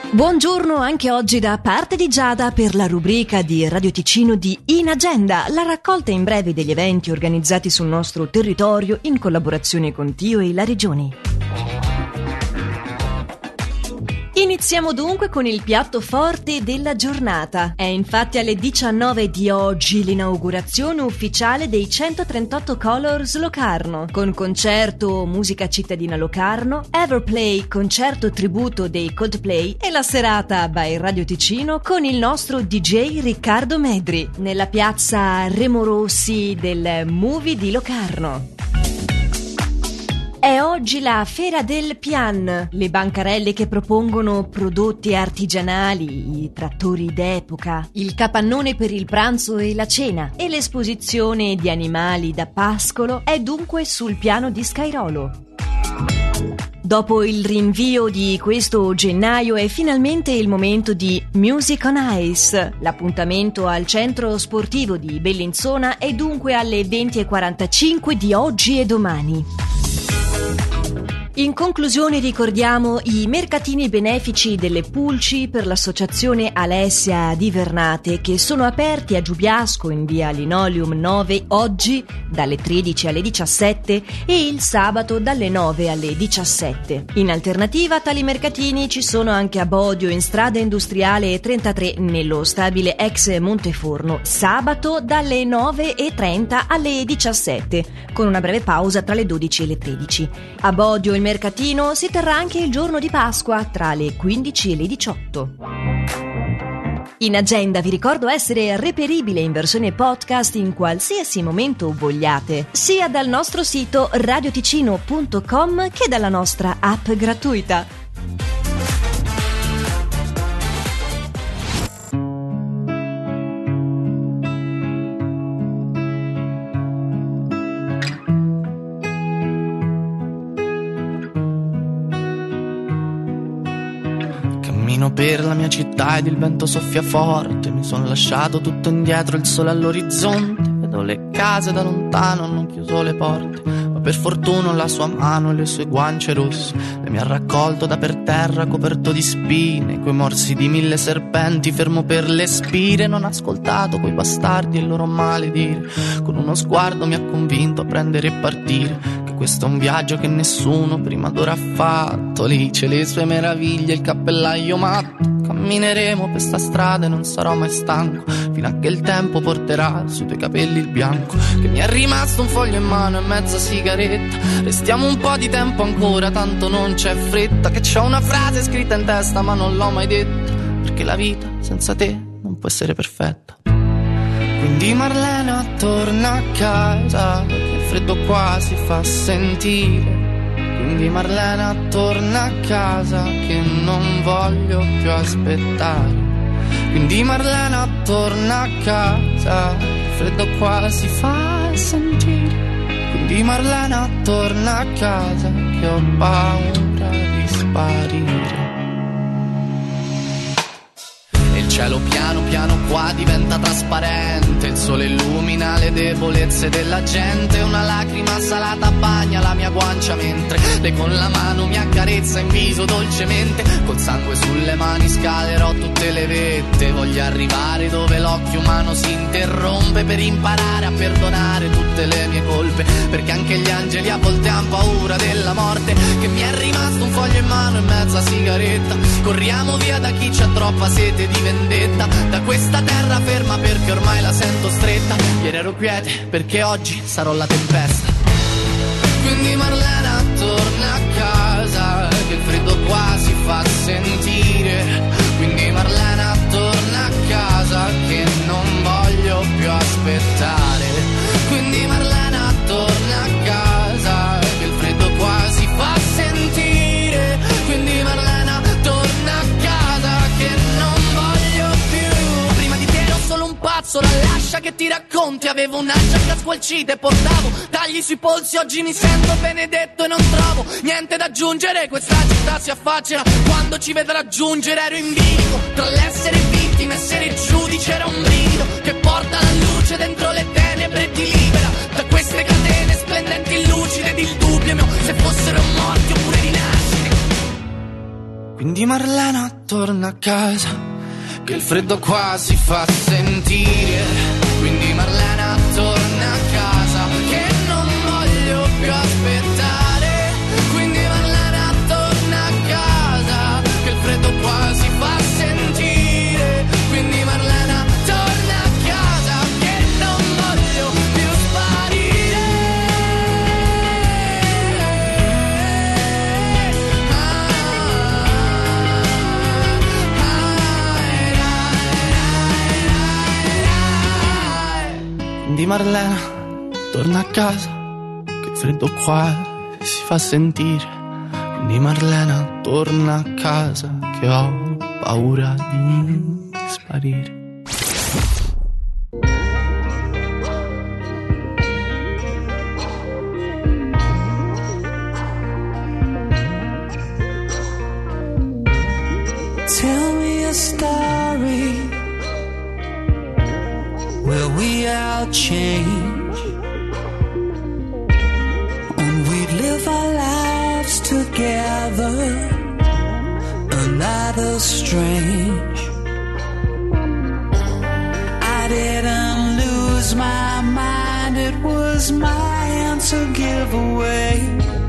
Buongiorno anche oggi da parte di Giada per la rubrica di Radio Ticino di In Agenda, la raccolta in breve degli eventi organizzati sul nostro territorio in collaborazione con Tio e la Regione. Iniziamo dunque con il piatto forte della giornata. È infatti alle 19 di oggi l'inaugurazione ufficiale dei 138 Colors Locarno, con concerto musica cittadina Locarno, Everplay, concerto tributo dei Coldplay e la serata by Radio Ticino con il nostro DJ Riccardo Medri, nella piazza Remo Rossi del Movie di Locarno. È oggi la Fiera del Pian, le bancarelle che propongono prodotti artigianali, i trattori d'epoca, il capannone per il pranzo e la cena e l'esposizione di animali da pascolo è dunque sul piano di Scairolo. Dopo il rinvio di questo gennaio è finalmente il momento di Music on Ice. L'appuntamento al centro sportivo di Bellinzona è dunque alle 20:45 di oggi e domani. In conclusione ricordiamo i mercatini benefici delle pulci per l'associazione Alessia di Vernate che sono aperti a Giubiasco in via Linoleum 9 oggi dalle 13 alle 17 e il sabato dalle 9 alle 17. In alternativa a tali mercatini ci sono anche a Bodio in strada industriale 33 nello stabile ex Monteforno sabato dalle 9:30 alle 17 con una breve pausa tra le 12 e le 13. A Bodio il mercatino si terrà anche il giorno di Pasqua tra le 15 e le 18. In Agenda vi ricordo essere reperibile in versione podcast in qualsiasi momento vogliate, sia dal nostro sito radioticino.com che dalla nostra app gratuita. Per la mia città ed il vento soffia forte, mi son lasciato tutto indietro, il sole all'orizzonte, vedo le case da lontano, hanno chiuso le porte, ma per fortuna la sua mano e le sue guance rosse, le mi ha raccolto da per terra coperto di spine, coi morsi di 1000 serpenti, fermo per le spire, non ho ascoltato quei bastardi e il loro maledire, con uno sguardo mi ha convinto a prendere e partire, questo è un viaggio che nessuno prima d'ora ha fatto. Lì c'è le sue meraviglie, il cappellaio matto. Cammineremo per sta strada e non sarò mai stanco, fino a che il tempo porterà sui tuoi capelli il bianco. Che mi è rimasto un foglio in mano e mezza sigaretta. Restiamo un po' di tempo ancora, tanto non c'è fretta. Che c'ho una frase scritta in testa ma non l'ho mai detta, perché la vita senza te non può essere perfetta. Quindi Marlena torna a casa, perché il freddo qua si fa sentire. Quindi Marlena torna a casa, che non voglio più aspettare. Quindi Marlena torna a casa, il freddo qua si fa sentire. Quindi Marlena torna a casa, che ho paura di sparire. Il cielo piano piano qua diventa trasparente, il sole illumina le debolezze della gente, una lacrima salata bagna la mia guancia mentre lei con la mano mi accarezza in viso dolcemente, col sangue sulle mani scalerò tutte le vette, voglio arrivare dove l'occhio umano si interrompe per imparare a perdonare tutte le mie colpe, perché anche gli angeli a volte hanno paura della morte. Che mi è rimasto un foglio in mano e mezza sigaretta, corriamo via da chi c'ha troppa sete di vendetta, da questa terra ferma perché ormai la sento stretta. Ieri ero quiete perché oggi sarò la tempesta. Quindi Marlena torna a casa, che il freddo qua si fa sentire. Quindi Marlena torna a casa, che non voglio più aspettare. Quindi Marlena torna a casa, che il freddo qua si fa sentire. Quindi Marlena torna a casa, che non voglio più. Prima di te ero solo un pazzo, la lascia che ti racconti. Avevo una giacca squalcita e portavo tagli sui polsi. Oggi mi sento benedetto e non trovo niente da aggiungere. Questa città si affaccia quando ci vedrà giungere. Ero in bilico tra l'essere vittima e essere giudice. Era un brivido che porta la luce dentro le tenebre e ti libera da queste catene splendenti e lucide. Ed il dubbio mio se fossero morti oppure rinascite. Quindi Marlena torna a casa, che il freddo qua si fa sentire. Quindi Marlena torna a casa, che non voglio più aspettare. Quindi Marlena torna a casa, che il freddo qua si fa sentire. Quindi Marlena torna a casa, che non voglio più sparire. Quindi Marlena torna a casa, che il freddo qua si fa sentire. Quindi Marlena torna a casa, che ho paura di sparire. Tell me a story where we all change and we live our lives together, another strange. I didn't lose my mind, it was my answer giveaway.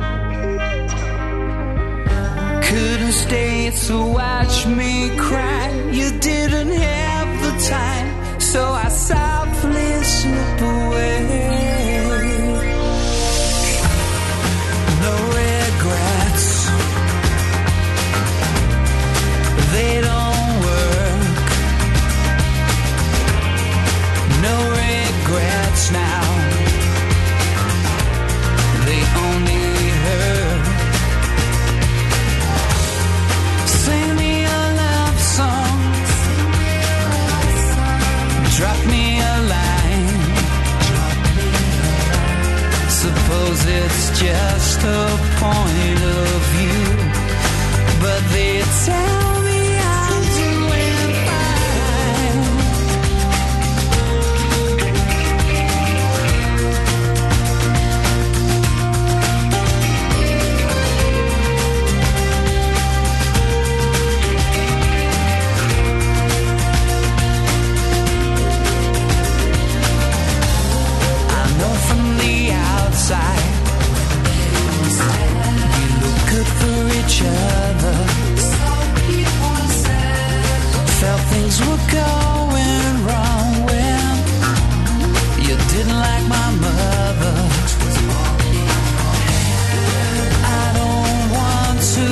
Couldn't stay to watch me cry, you didn't have the time, so I softly slip away. No regrets, they don't work. No regrets now, they only hurt. Sing me a love song, drop me a line. Suppose it's just a point of view, but they tell me I'm doing fine. We look good for each other.